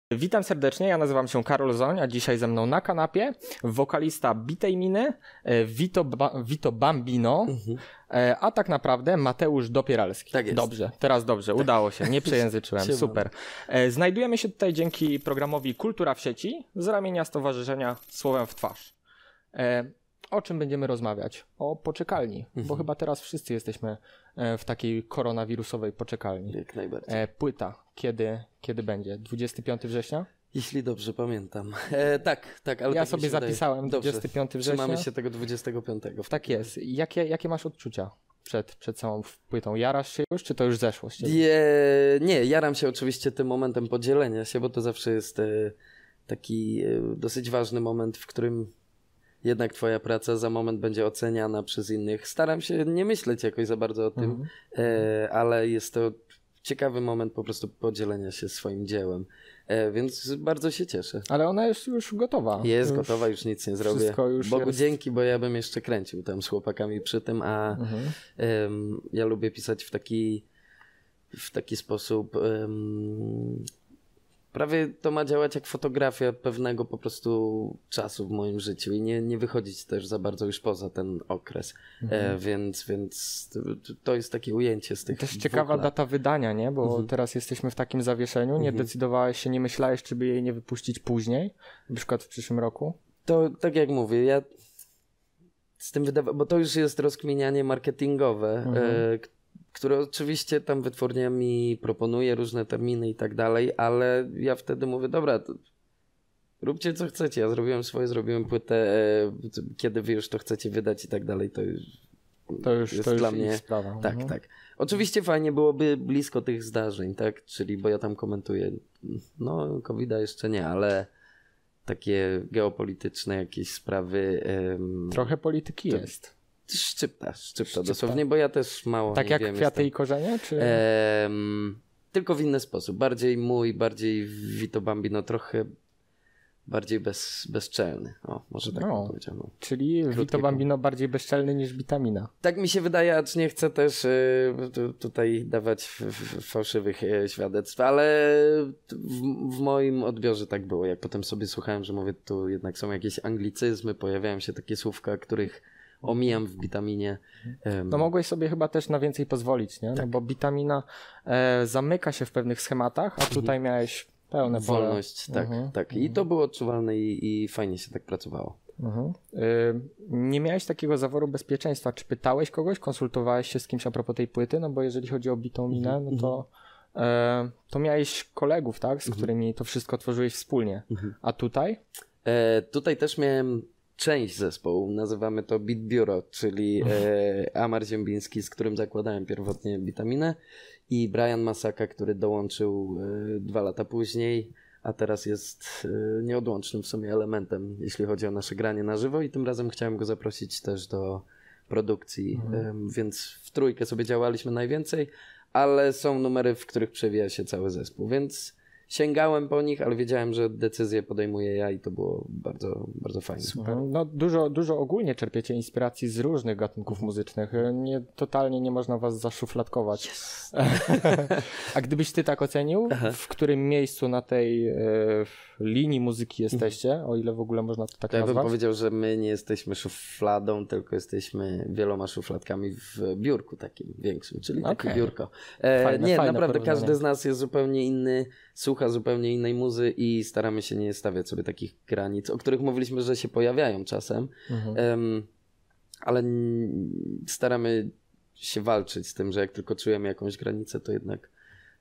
Witam serdecznie, ja nazywam się Karol Zoń, a dzisiaj ze mną na kanapie wokalista Bitej Miny, Vito Bambino, a tak naprawdę Mateusz Dopieralski. Tak jest. Dobrze, teraz dobrze, udało się, nie przejęzyczyłem, super. Znajdujemy się tutaj dzięki programowi Kultura w sieci z ramienia Stowarzyszenia Słowem w twarz. O czym będziemy rozmawiać? O poczekalni, bo chyba teraz wszyscy jesteśmy w takiej koronawirusowej poczekalni. Jak najbardziej. Płyta, kiedy będzie? 25 września? Jeśli dobrze pamiętam. Tak, ale ja tak sobie zapisałem 25 września. Trzymamy się tego 25. Tak jest. Jakie masz odczucia przed całą płytą? Jarasz się już, czy to już zeszło? Nie, jaram się oczywiście tym momentem podzielenia się, bo to zawsze jest taki dosyć ważny moment, w którym jednak twoja praca za moment będzie oceniana przez innych. Staram się nie myśleć jakoś za bardzo o tym, ale jest to ciekawy moment po prostu podzielenia się swoim dziełem, więc bardzo się cieszę. Ale ona jest już gotowa. Jest gotowa, już nic nie zrobię. Bogu dzięki, bo ja bym jeszcze kręcił tam z chłopakami przy tym, a ja lubię pisać w taki sposób. Prawie to ma działać jak fotografia pewnego po prostu czasu w moim życiu i nie wychodzić też za bardzo już poza ten okres. Więc to jest takie ujęcie z tych też ciekawa data wydania, nie? Bo teraz jesteśmy w takim zawieszeniu. Nie decydowałeś się, nie myślałeś, czy by jej nie wypuścić później, na przykład w przyszłym roku? To tak jak mówię, ja z tym bo to już jest rozkminianie marketingowe, które oczywiście tam wytwórnia mi proponuje różne terminy i tak dalej, ale ja wtedy mówię, dobra, róbcie co chcecie, ja zrobiłem płytę, kiedy wy już to chcecie wydać i tak dalej, to już jest dla mnie sprawa. Tak. Oczywiście fajnie byłoby blisko tych zdarzeń, tak, czyli bo ja tam komentuję, no COVID-a jeszcze nie, ale takie geopolityczne jakieś sprawy. Trochę polityki jest. Szczypta dosłownie, bo ja też mało tak nie jak wiem. Kwiaty i korzenie? Czy... Tylko w inny sposób. Bardziej Vito Bambino, trochę bardziej bezczelny. O, może tak bym powiedział. No. Czyli Vito Bambino bardziej bezczelny niż Bitamina. Tak mi się wydaje, acz nie chcę też tutaj dawać fałszywych świadectw, ale w moim odbiorze tak było. Jak potem sobie słuchałem, że mówię, tu jednak są jakieś anglicyzmy, pojawiają się takie słówka, których omijam w Bitaminie. No mogłeś sobie chyba też na więcej pozwolić, nie? Tak. No bo Bitamina zamyka się w pewnych schematach, a tutaj miałeś pełne wolność, tak. I to było odczuwalne i fajnie się tak pracowało. Nie miałeś takiego zaworu bezpieczeństwa. Czy pytałeś kogoś, konsultowałeś się z kimś a propos tej płyty? No bo jeżeli chodzi o Bitaminę, no to miałeś kolegów, tak? Z którymi to wszystko tworzyłeś wspólnie. A tutaj? Tutaj też miałem część zespołu, nazywamy to Beat Bureau, czyli Amar Ziembiński, z którym zakładałem pierwotnie Bitaminę, i Brian Masaka, który dołączył 2 lata później, a teraz jest nieodłącznym w sumie elementem, jeśli chodzi o nasze granie na żywo, i tym razem chciałem go zaprosić też do produkcji, więc w trójkę sobie działaliśmy najwięcej, ale są numery, w których przewija się cały zespół, więc sięgałem po nich, ale wiedziałem, że decyzję podejmuję ja i to było bardzo, bardzo fajne. Super. No dużo ogólnie czerpiecie inspiracji z różnych gatunków muzycznych. Totalnie nie można was zaszufladkować. Yes. A gdybyś ty tak ocenił, w którym miejscu na tej linii muzyki jesteście, o ile w ogóle można to tak nazwać? Ja bym powiedział, że my nie jesteśmy szufladą, tylko jesteśmy wieloma szufladkami w biurku takim większym, czyli takie biurko. Fajne naprawdę każdy z nas jest zupełnie inny, słucha zupełnie innej muzy i staramy się nie stawiać sobie takich granic, o których mówiliśmy, że się pojawiają czasem, ale staramy się walczyć z tym, że jak tylko czujemy jakąś granicę, to jednak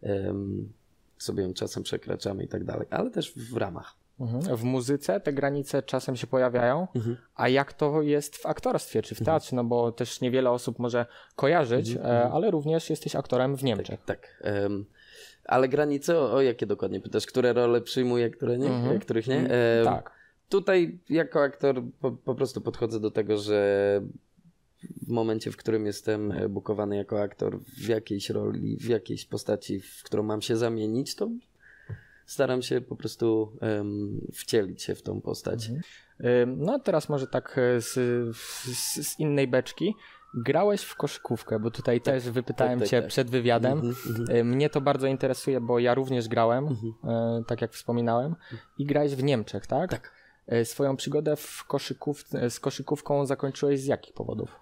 sobie ją czasem przekraczamy i tak dalej, ale też w ramach. W muzyce te granice czasem się pojawiają, a jak to jest w aktorstwie czy w teatrze? No bo też niewiele osób może kojarzyć, ale również jesteś aktorem w Niemczech. Tak. Ale granice, o jakie dokładnie pytasz? Które role przyjmuję, które nie, których nie? Tak. Tutaj jako aktor po prostu podchodzę do tego, że w momencie, w którym jestem bookowany jako aktor w jakiejś roli, w jakiejś postaci, w którą mam się zamienić, to staram się po prostu wcielić się w tą postać. No a teraz może tak z innej beczki. grałeś w koszykówkę, bo tutaj też wypytałem cię przed wywiadem. Mnie to bardzo interesuje, bo ja również grałem, tak jak wspominałem. I grałeś w Niemczech, tak? Tak. Swoją przygodę z koszykówką zakończyłeś z jakich powodów?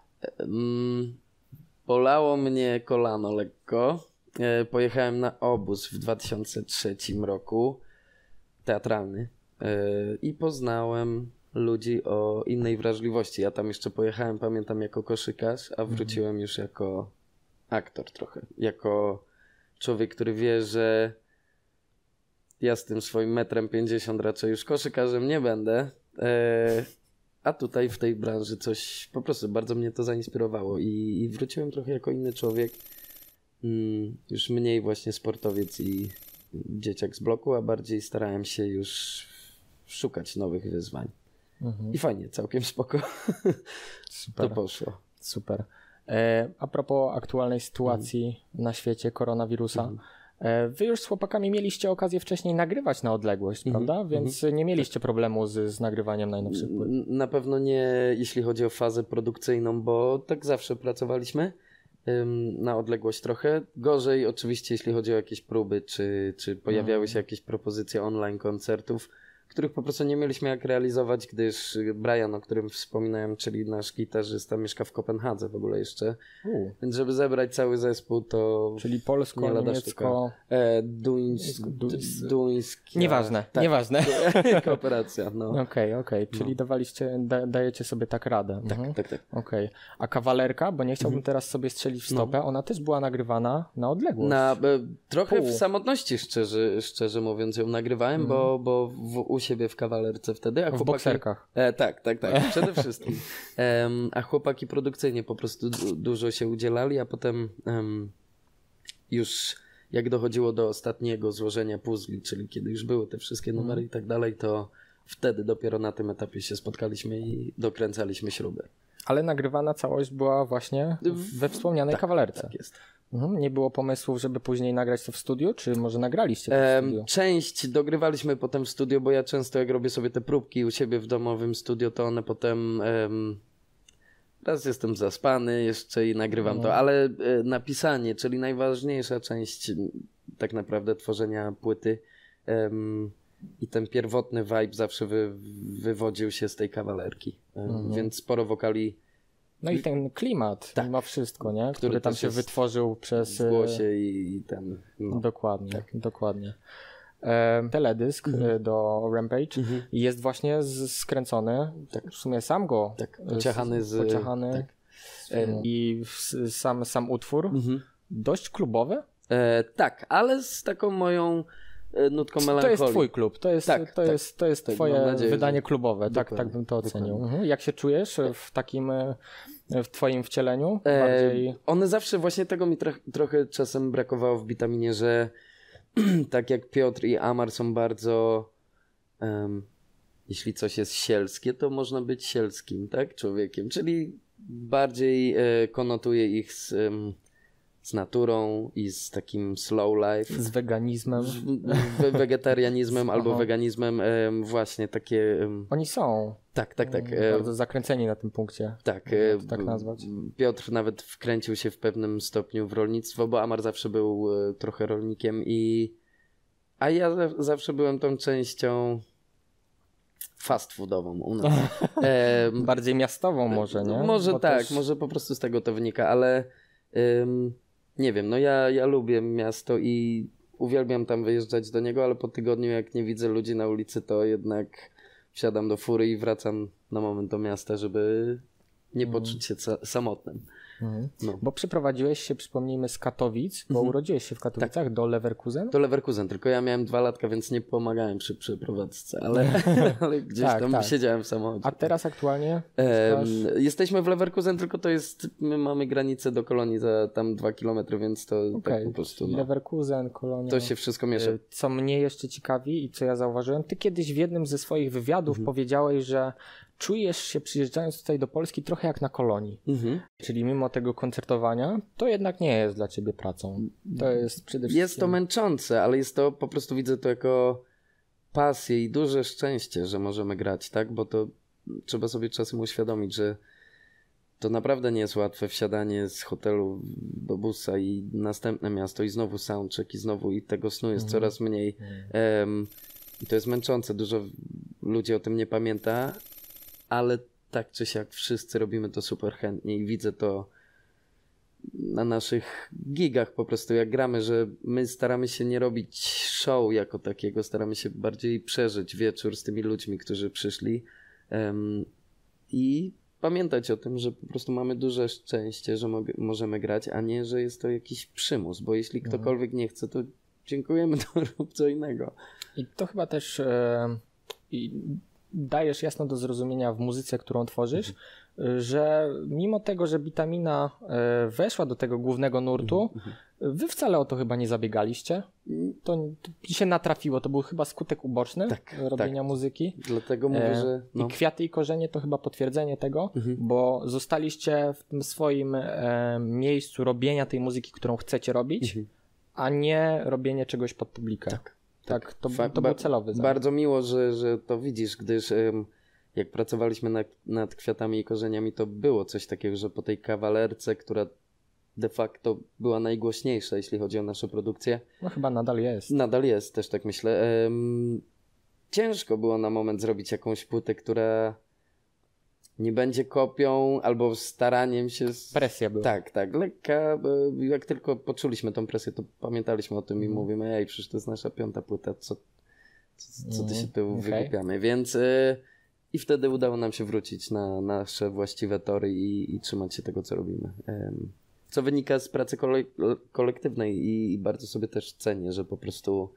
Bolało mnie kolano lekko. Pojechałem na obóz w 2003 roku, teatralny, i poznałem ludzi o innej wrażliwości. Ja tam jeszcze pojechałem, pamiętam, jako koszykarz, a wróciłem już jako aktor trochę. Jako człowiek, który wie, że ja z tym swoim 1,50 m raczej już koszykarzem nie będę. A tutaj w tej branży coś po prostu bardzo mnie to zainspirowało i wróciłem trochę jako inny człowiek. Już mniej właśnie sportowiec i dzieciak z bloku, a bardziej starałem się już szukać nowych wyzwań. I fajnie, całkiem spoko. Super. To poszło. Super. A propos aktualnej sytuacji na świecie koronawirusa, wy już z chłopakami mieliście okazję wcześniej nagrywać na odległość, prawda? Więc nie mieliście problemu z nagrywaniem najnowszych płyt. Na pewno nie, jeśli chodzi o fazę produkcyjną, bo tak zawsze pracowaliśmy na odległość trochę. Gorzej oczywiście, jeśli chodzi o jakieś próby, czy pojawiały się jakieś propozycje online koncertów, których po prostu nie mieliśmy jak realizować, gdyż Brian, o którym wspominałem, czyli nasz gitarzysta, mieszka w Kopenhadze w ogóle jeszcze. Więc żeby zebrać cały zespół, to... Czyli polsko, niemiecko... duńskie... Nieważne, tak, nieważne. Kooperacja, no. Okej. Czyli dajecie sobie tak radę. Tak. Okej. A kawalerka, bo nie chciałbym teraz sobie strzelić w stopę, ona też była nagrywana na odległość. Trochę w samotności, szczerze mówiąc, ją nagrywałem, bo u siebie w kawalerce wtedy. A w bokserkach. Tak, przede wszystkim. A chłopaki produkcyjnie po prostu dużo się udzielali, a potem już jak dochodziło do ostatniego złożenia puzli, czyli kiedy już były te wszystkie numery i tak dalej, to wtedy dopiero na tym etapie się spotkaliśmy i dokręcaliśmy śruby. Ale nagrywana całość była właśnie we wspomnianej kawalerce. Tak jest. Nie było pomysłów, żeby później nagrać to w studiu, czy może nagraliście to w studiu? Część dogrywaliśmy potem w studio, bo ja często jak robię sobie te próbki u siebie w domowym studio, to one potem raz jestem zaspany jeszcze i nagrywam to, ale napisanie, czyli najważniejsza część tak naprawdę tworzenia płyty i ten pierwotny vibe zawsze wywodził się z tej kawalerki, więc sporo wokali. No i ten klimat, mimo wszystko, nie? Który tam się wytworzył przez... W głosie i ten... No. Dokładnie. Teledysk do Rampage jest właśnie skręcony, w sumie sam go pociachany i sam utwór dość klubowy? Tak, ale z taką moją nutką melancholii. To jest twój klub, to jest twoje wydanie klubowe, tak bym to ocenił. Jak się czujesz w twoim wcieleniu? One zawsze, właśnie tego mi trochę czasem brakowało w Bitaminie, że tak jak Piotr i Amar są bardzo, jeśli coś jest sielskie, to można być sielskim, tak, człowiekiem, czyli bardziej konotuje ich z naturą i z takim slow life. Z weganizmem. Wegetarianizmem albo weganizmem, właśnie takie... Oni są. Tak. Bardzo zakręceni na tym punkcie. Tak nazwać. Piotr nawet wkręcił się w pewnym stopniu w rolnictwo, bo Amar zawsze był trochę rolnikiem a ja zawsze byłem tą częścią fast foodową u nas. Bardziej miastową może, nie? Może może po prostu z tego to wynika, ale nie wiem, no ja lubię miasto i uwielbiam tam wyjeżdżać do niego, ale po tygodniu jak nie widzę ludzi na ulicy, to jednak wsiadam do fury i wracam na moment do miasta, żeby nie poczuć się samotnym. No. Bo przeprowadziłeś się, przypomnijmy, z Katowic, bo urodziłeś się w Katowicach, do Leverkusen? Do Leverkusen, tylko ja miałem 2 latka, więc nie pomagałem przy przeprowadzce, ale gdzieś tam siedziałem w samochodzie. A teraz aktualnie? Jesteśmy w Leverkusen, tylko my mamy granicę do Kolonii za tam 2 km, więc to tak po prostu... Leverkusen, Kolonia... To się wszystko miesza. Co mnie jeszcze ciekawi i co ja zauważyłem, ty kiedyś w jednym ze swoich wywiadów powiedziałeś, że czujesz się, przyjeżdżając tutaj do Polski, trochę jak na kolonii. Czyli mimo tego koncertowania, to jednak nie jest dla ciebie pracą. To jest przede wszystkim... Jest to męczące, ale jest to, po prostu widzę to jako pasję i duże szczęście, że możemy grać, tak? Bo to trzeba sobie czasem uświadomić, że to naprawdę nie jest łatwe wsiadanie z hotelu do busa i następne miasto i znowu soundcheck i znowu i tego snu jest coraz mniej. I to jest męczące, dużo ludzi o tym nie pamięta, ale tak czy siak wszyscy robimy to super chętnie i widzę to na naszych gigach po prostu jak gramy, że my staramy się nie robić show jako takiego, staramy się bardziej przeżyć wieczór z tymi ludźmi, którzy przyszli i pamiętać o tym, że po prostu mamy duże szczęście, że możemy grać, a nie, że jest to jakiś przymus, bo jeśli ktokolwiek nie chce, to dziękujemy, to rób co innego. I to chyba też dajesz jasno do zrozumienia w muzyce, którą tworzysz, że mimo tego, że Bitamina weszła do tego głównego nurtu, wy wcale o to chyba nie zabiegaliście. To się natrafiło, to był chyba skutek uboczny robienia muzyki. Dlatego mówię, że... I Kwiaty i Korzenie to chyba potwierdzenie tego, bo zostaliście w tym swoim miejscu robienia tej muzyki, którą chcecie robić, a nie robienie czegoś pod publikę. Tak, to był celowy zamysł. Bardzo miło, że to widzisz, gdyż jak pracowaliśmy nad Kwiatami i Korzeniami, to było coś takiego, że po tej kawalerce, która de facto była najgłośniejsza, jeśli chodzi o naszą produkcję. No chyba nadal jest. Nadal jest, też tak myślę. Ciężko było na moment zrobić jakąś płytę, która nie będzie kopią albo staraniem się... Presja była. Tak, lekka. Jak tylko poczuliśmy tą presję, to pamiętaliśmy o tym i mówimy, ej, przecież to jest nasza 5. płyta, co ty się tu wygłupiamy. Więc i wtedy udało nam się wrócić na nasze właściwe tory i trzymać się tego, co robimy. Co wynika z pracy kolektywnej i bardzo sobie też cenię, że po prostu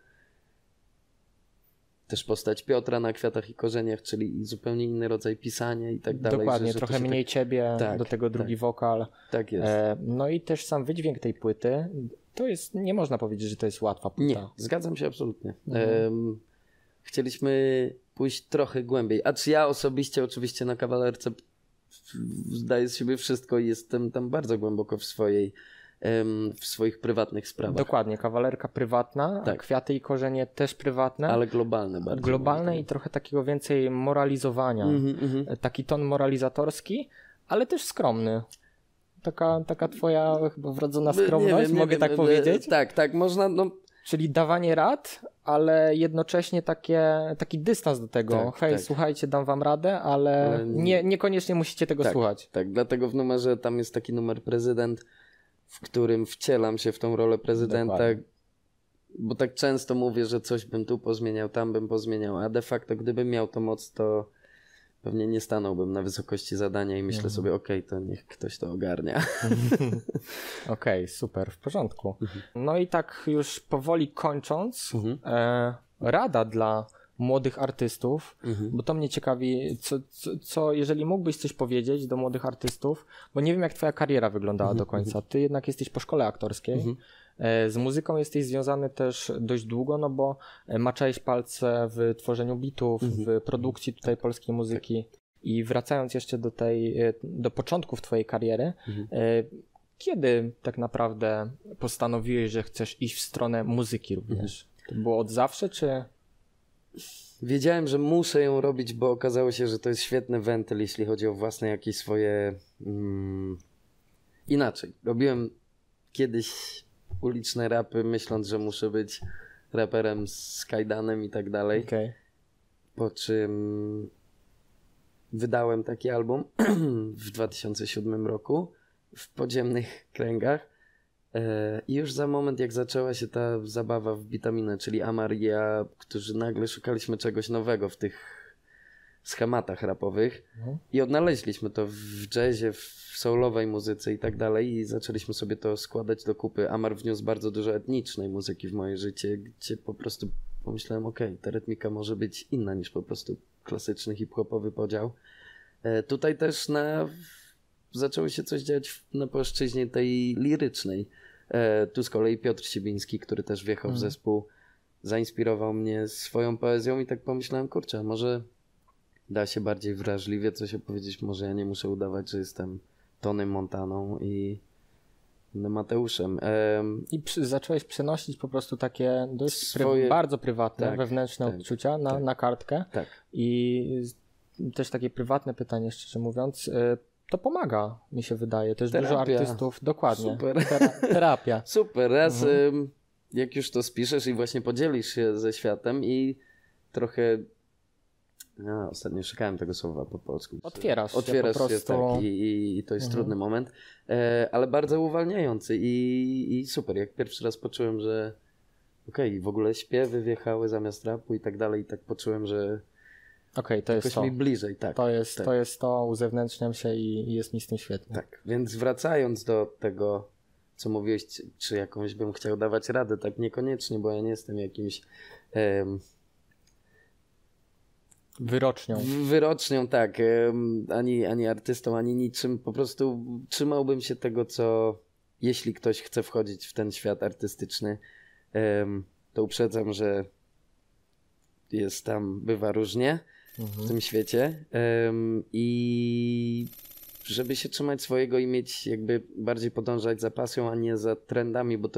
też postać Piotra na Kwiatach i Korzeniach, czyli zupełnie inny rodzaj pisania i tak dalej. Dokładnie, trochę mniej ciebie, do tego drugi wokal. Tak jest. No i też sam wydźwięk tej płyty, to jest, nie można powiedzieć, że to jest łatwa płyta. Nie, zgadzam się absolutnie. Chcieliśmy pójść trochę głębiej. A czy ja osobiście oczywiście na Kawalerce zdaję z siebie wszystko i jestem tam bardzo głęboko w swoich prywatnych sprawach. Dokładnie, Kawalerka prywatna, tak. Kwiaty i Korzenie też prywatne. Ale globalne bardzo. Globalne i trochę takiego więcej moralizowania. Taki ton moralizatorski, ale też skromny. Taka twoja chyba wrodzona skromność, mogę tak powiedzieć? Tak, można... Czyli dawanie rad, ale jednocześnie taki dystans do tego. Hej, słuchajcie, dam wam radę, ale niekoniecznie musicie tego słuchać. Tak, dlatego w numerze tam jest taki numer Prezydent, w którym wcielam się w tą rolę prezydenta. Dokładnie. Bo tak często mówię, że coś bym tu pozmieniał, tam bym pozmieniał, a de facto gdybym miał to moc, to pewnie nie stanąłbym na wysokości zadania i myślę sobie, okej, to niech ktoś to ogarnia. Okej, super, w porządku. No i tak już powoli kończąc, rada dla młodych artystów, bo to mnie ciekawi, co jeżeli mógłbyś coś powiedzieć do młodych artystów, bo nie wiem, jak twoja kariera wyglądała do końca. Ty jednak jesteś po szkole aktorskiej. Z muzyką jesteś związany też dość długo, no bo maczałeś palce w tworzeniu bitów, w produkcji tutaj polskiej muzyki. I wracając jeszcze do początków twojej kariery, kiedy tak naprawdę postanowiłeś, że chcesz iść w stronę muzyki również? To było od zawsze, czy... Wiedziałem, że muszę ją robić, bo okazało się, że to jest świetny wentyl, jeśli chodzi o własne jakieś swoje... Inaczej. Robiłem kiedyś uliczne rapy, myśląc, że muszę być raperem z kajdanem i tak dalej. Po czym wydałem taki album w 2007 roku w podziemnych kręgach. I już za moment, jak zaczęła się ta zabawa w Bitaminę, czyli Amar i ja, którzy nagle szukaliśmy czegoś nowego w tych schematach rapowych i odnaleźliśmy to w jazzie, w soulowej muzyce i tak dalej i zaczęliśmy sobie to składać do kupy. Amar wniósł bardzo dużo etnicznej muzyki w moje życie, gdzie po prostu pomyślałem, ta rytmika może być inna niż po prostu klasyczny hip-hopowy podział. Tutaj też zaczęło się coś dziać na płaszczyźnie tej lirycznej. Tu z kolei Piotr Sibiński, który też wjechał w zespół, zainspirował mnie swoją poezją i tak pomyślałem, kurczę, może da się bardziej wrażliwie coś opowiedzieć, może ja nie muszę udawać, że jestem Tonym Montaną i Mateuszem. I zacząłeś przenosić po prostu takie dość bardzo prywatne, wewnętrzne odczucia na kartkę. I też takie prywatne pytanie, szczerze mówiąc. to pomaga, mi się wydaje. Też Terapia. dużo artystów, dokładnie. Super. Terapia. Super, jak już to spiszesz i właśnie podzielisz się ze światem i trochę... ostatnio szukałem tego słowa po polsku. Otwierasz się po prostu... tak i to jest trudny moment, ale bardzo uwalniający i super. Jak pierwszy raz poczułem, że w ogóle śpiewy wjechały zamiast rapu i tak dalej, i tak poczułem, że to jest to. mi bliżej. Tak, to jest to, uzewnętrzniam się i jest mi z tym świetnie. Tak, więc wracając do tego, co mówiłeś, czy jakąś bym chciał dawać radę, tak niekoniecznie, bo ja nie jestem jakimś... Wyrocznią, tak. Ani artystą, ani niczym. Po prostu trzymałbym się tego, co jeśli ktoś chce wchodzić w ten świat artystyczny, to uprzedzam, że bywa różnie w tym świecie. I żeby się trzymać swojego i mieć jakby bardziej podążać za pasją, a nie za trendami, bo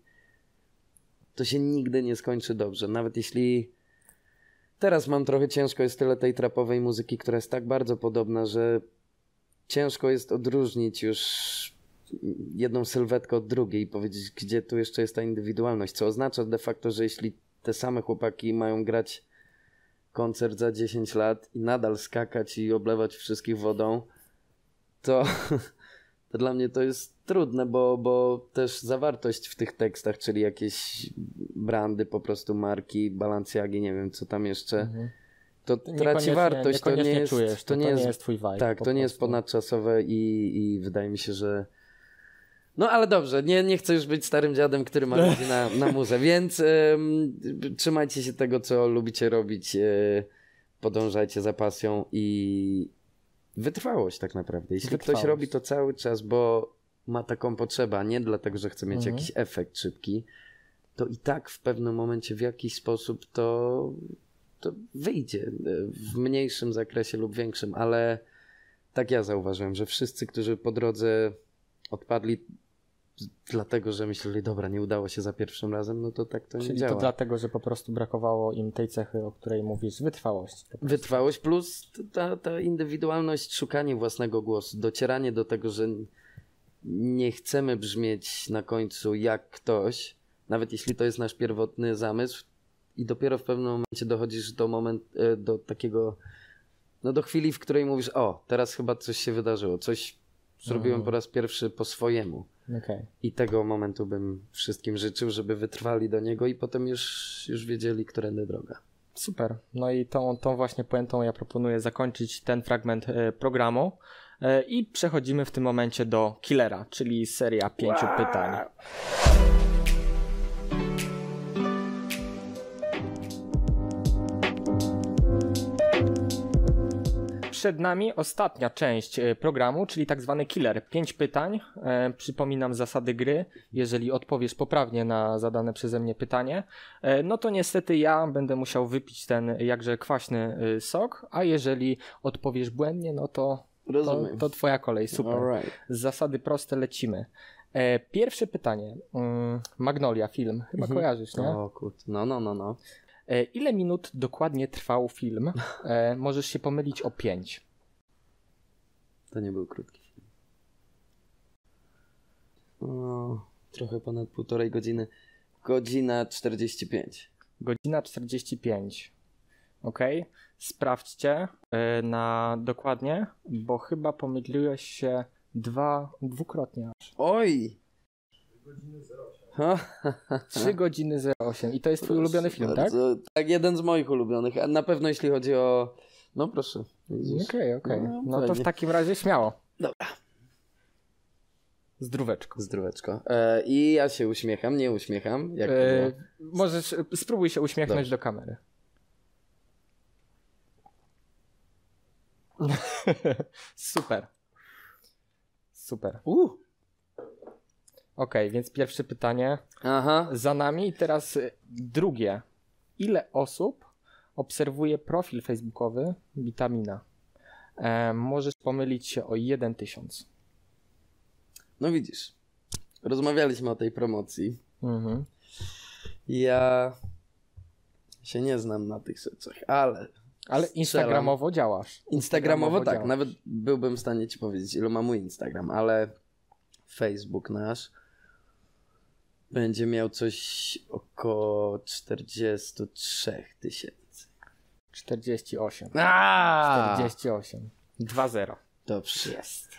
to się nigdy nie skończy dobrze. Nawet jeśli teraz mam trochę ciężko, jest tyle tej trapowej muzyki, która jest tak bardzo podobna, że ciężko jest odróżnić już jedną sylwetkę od drugiej i powiedzieć, gdzie tu jeszcze jest ta indywidualność, co oznacza de facto, że jeśli te same chłopaki mają grać koncert za 10 lat i nadal skakać i oblewać wszystkich wodą, to dla mnie to jest trudne, bo też zawartość w tych tekstach, czyli jakieś brandy, po prostu marki, Balenciagi, nie wiem co tam jeszcze, to traci wartość. To nie jest, czujesz, to nie jest twój vibe. Tak, to nie jest ponadczasowe i wydaje mi się, że no ale dobrze, nie chcę już być starym dziadem, który ma ludzi na muzę, więc trzymajcie się tego, co lubicie robić, podążajcie za pasją i wytrwałość tak naprawdę. Jeśli ktoś robi to cały czas, bo ma taką potrzebę, a nie dlatego, że chce mieć jakiś efekt szybki, to i tak w pewnym momencie w jakiś sposób to wyjdzie w mniejszym zakresie lub większym, ale tak ja zauważyłem, że wszyscy, którzy po drodze odpadli dlatego, że myśleli, dobra, nie udało się za pierwszym razem, no to tak to nie działa. Czyli to dlatego, że po prostu brakowało im tej cechy, o której mówisz, wytrwałość. Wytrwałość plus ta indywidualność, szukanie własnego głosu, docieranie do tego, że nie chcemy brzmieć na końcu jak ktoś, nawet jeśli to jest nasz pierwotny zamysł i dopiero w pewnym momencie dochodzisz do takiego, no do chwili, w której mówisz, teraz chyba coś się wydarzyło, coś zrobiłem po raz pierwszy po swojemu. Okay. I tego momentu bym wszystkim życzył, żeby wytrwali do niego i potem już wiedzieli, którędy droga. Super. No i tą właśnie puentą ja proponuję zakończyć ten fragment programu i przechodzimy w tym momencie do Killera, czyli seria 5 pytań. Przed nami ostatnia część programu, czyli tak zwany killer. 5 pytań. Przypominam zasady gry. Jeżeli odpowiesz poprawnie na zadane przeze mnie pytanie, no to niestety ja będę musiał wypić ten jakże kwaśny sok, a jeżeli odpowiesz błędnie, no to twoja kolej. Super. Right. Zasady proste, lecimy. Pierwsze pytanie. Magnolia, film. Chyba kojarzysz, nie? O kurde, no. Ile minut dokładnie trwał film? Możesz się pomylić o 5. To nie był krótki film. Trochę ponad 1,5 godziny. Godzina 45. Godzina 45. Ok. Sprawdźcie na dokładnie, bo chyba pomyliłeś się dwukrotnie aż. Oj! 3 godziny 08. I to jest twój ulubiony film, tak? Tak, jeden z moich ulubionych. A na pewno jeśli chodzi o... No proszę. Okej. No to w takim razie śmiało. Dobra. Zdróweczko. I ja się uśmiecham, nie uśmiecham. Jak możesz, spróbuj się uśmiechnąć do kamery. Super. Okej, więc pierwsze pytanie za nami. Teraz drugie. Ile osób obserwuje profil facebookowy Bitamina? Możesz pomylić się o 1000. No widzisz, rozmawialiśmy o tej promocji. Ja się nie znam na tych rzeczach, ale Ale instagramowo działasz. Instagramowo tak, nawet byłbym w stanie ci powiedzieć, ile ma mój Instagram, ale Facebook nasz będzie miał coś około 43 000. 48. 48. 2-0. Dobrze. Jest.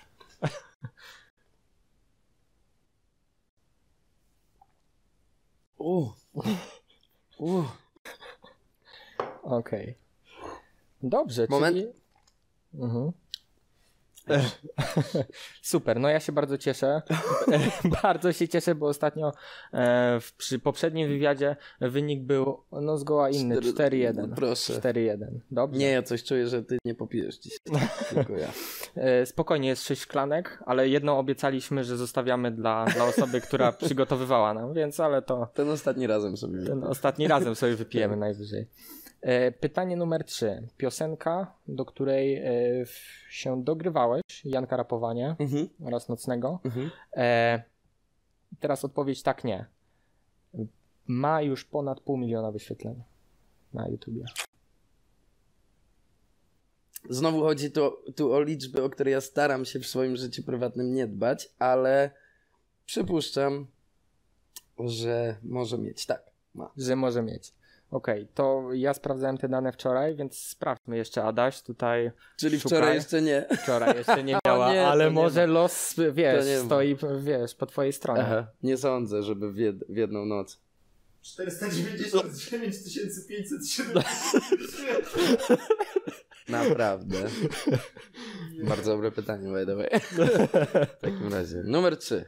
Okej. Dobrze, Moment. czyli... Super, no ja się bardzo cieszę. Bardzo się cieszę, bo ostatnio przy poprzednim wywiadzie wynik był no zgoła inny, 4-1. Proszę. 4-1. Dobrze. Nie, ja coś czuję, że ty nie popijesz dzisiaj. Tylko ja. Spokojnie, jest 6 szklanek, ale jedną obiecaliśmy, że zostawiamy dla osoby, która przygotowywała nam, więc ale to... Ten ostatni razem sobie Ten ostatni razem sobie wypijemy najwyżej. Pytanie numer 3. Piosenka, do której się dogrywałeś, Janka Rapowanie oraz Nocnego. Teraz odpowiedź tak, nie. Ma już ponad 500 000 wyświetleń na YouTubie. Znowu chodzi tu o liczby, o które ja staram się w swoim życiu prywatnym nie dbać, ale przypuszczam, że może mieć. Tak, ma. Że może mieć. Okej, to ja sprawdzałem te dane wczoraj, więc sprawdźmy jeszcze, Adaś, tutaj. Czyli szukaj. wczoraj jeszcze nie. Wczoraj jeszcze nie miała, nie, ale to nie może ma. los, wiesz, To nie ma. stoi, wiesz, po twojej stronie. Aha. Nie sądzę, żeby w jedną noc. 499 570. Naprawdę. Bardzo dobre pytanie, by the way. W takim razie. Numer 3.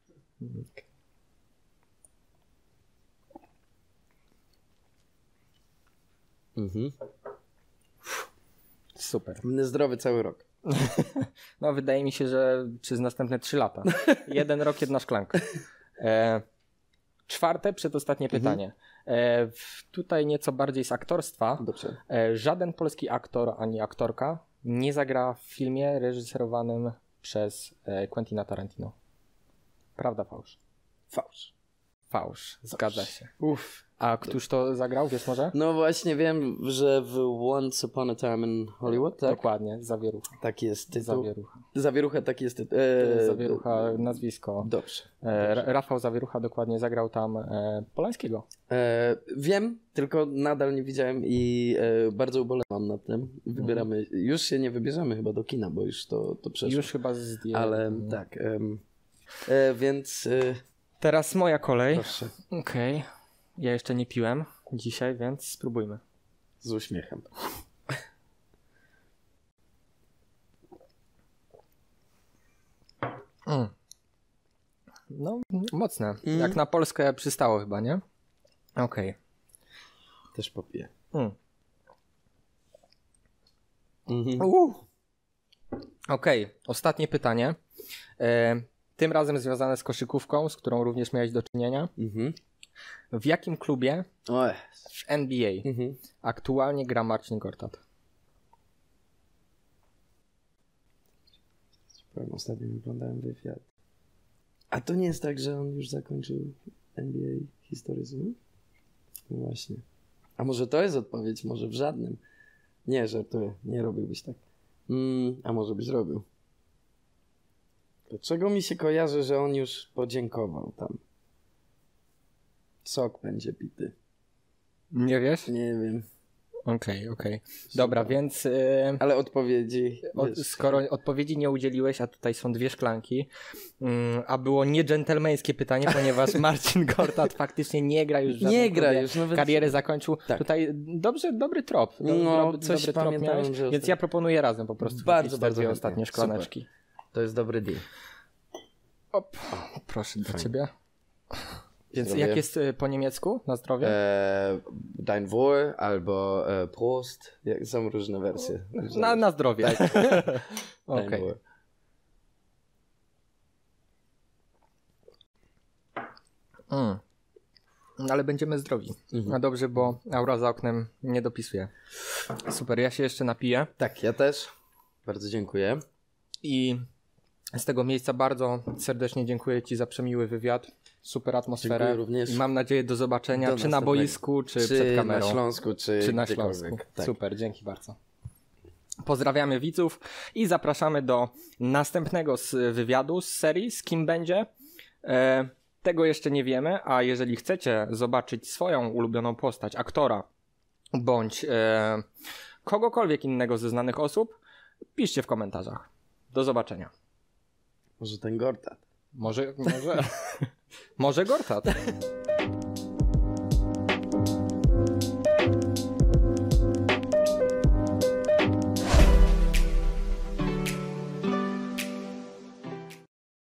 Super. Będę zdrowy cały rok. No wydaje mi się, że przez następne 3 lata. 1 rok, 1 szklanka. Czwarte, przedostatnie pytanie. Tutaj nieco bardziej z aktorstwa. Dobrze. Żaden polski aktor ani aktorka nie zagra w filmie reżyserowanym przez Quentina Tarantino. Prawda, fałsz? Fałsz. Fałsz, zgadza się. Uff. A któż to zagrał, wiesz może? No właśnie wiem, że w Once Upon a Time in Hollywood, tak? Dokładnie, Zawierucha. Taki jest tytuł. Zawierucha. Zawierucha, taki jest tytuł. Zawierucha, nazwisko. Dobrze. Rafał Zawierucha dokładnie zagrał tam Polańskiego. Wiem, tylko nadal nie widziałem i bardzo ubolewam nad tym. Wybieramy, już się nie wybierzemy chyba do kina, bo już to przeszło. Już chyba zdjęłem. Ale tak, więc Teraz moja kolej. proszę, Okej. Ja jeszcze nie piłem dzisiaj, więc spróbujmy. z uśmiechem. No, mocne. Jak na Polskę przystało chyba, nie? Okej. Też popiję. Okej, ostatnie pytanie. Tym razem związane z koszykówką, z którą również miałeś do czynienia. W jakim klubie Oj. w NBA aktualnie gra Marcin Gortat? Powiem, ostatnio oglądałem wywiad. A to nie jest tak, że on już zakończył NBA historię swoją? No właśnie. A może to jest odpowiedź? Może w żadnym? Nie, żartuję. Nie robiłbyś tak. A może byś robił? Dlaczego mi się kojarzy, że on już podziękował tam? Sok będzie pity. Nie wiesz? Nie wiem. Okej. Dobra, więc Ale odpowiedzi... wiesz, skoro odpowiedzi nie udzieliłeś, a tutaj są 2 szklanki, a było nie dżentelmeńskie pytanie, ponieważ Marcin Gortat faktycznie nie gra już w żadnym Nie gra klubie, już, nawet... karierę zakończył. Tak. Tutaj dobry trop. No, coś dobry trop pamiętałem, miałeś, że więc ja proponuję razem po prostu Bardzo, wypić te bardzo 2 chętnie. ostatnie szklaneczki. To jest dobry deal. Proszę dla Fajnie. ciebie. Więc Zdrowie. jak jest po niemiecku na zdrowie? Dein Wohl albo Prost. Są różne wersje. Na zdrowie. Dein Okej. Wohl. Ale będziemy zdrowi. A dobrze, bo aura za oknem nie dopisuje. Super, ja się jeszcze napiję. Tak, ja też. Bardzo dziękuję. I z tego miejsca bardzo serdecznie dziękuję Ci za przemiły wywiad. super atmosferę. Dziękuję również. I mam nadzieję do zobaczenia czy na boisku, czy przed kamerą. Na Śląsku, czy na Śląsku. Tak. Super, dzięki bardzo. Pozdrawiamy widzów i zapraszamy do następnego wywiadu z serii. Z kim będzie? Tego jeszcze nie wiemy, a jeżeli chcecie zobaczyć swoją ulubioną postać, aktora, bądź kogokolwiek innego ze znanych osób, piszcie w komentarzach. Do zobaczenia. Może ten Gortat. Może Gortat.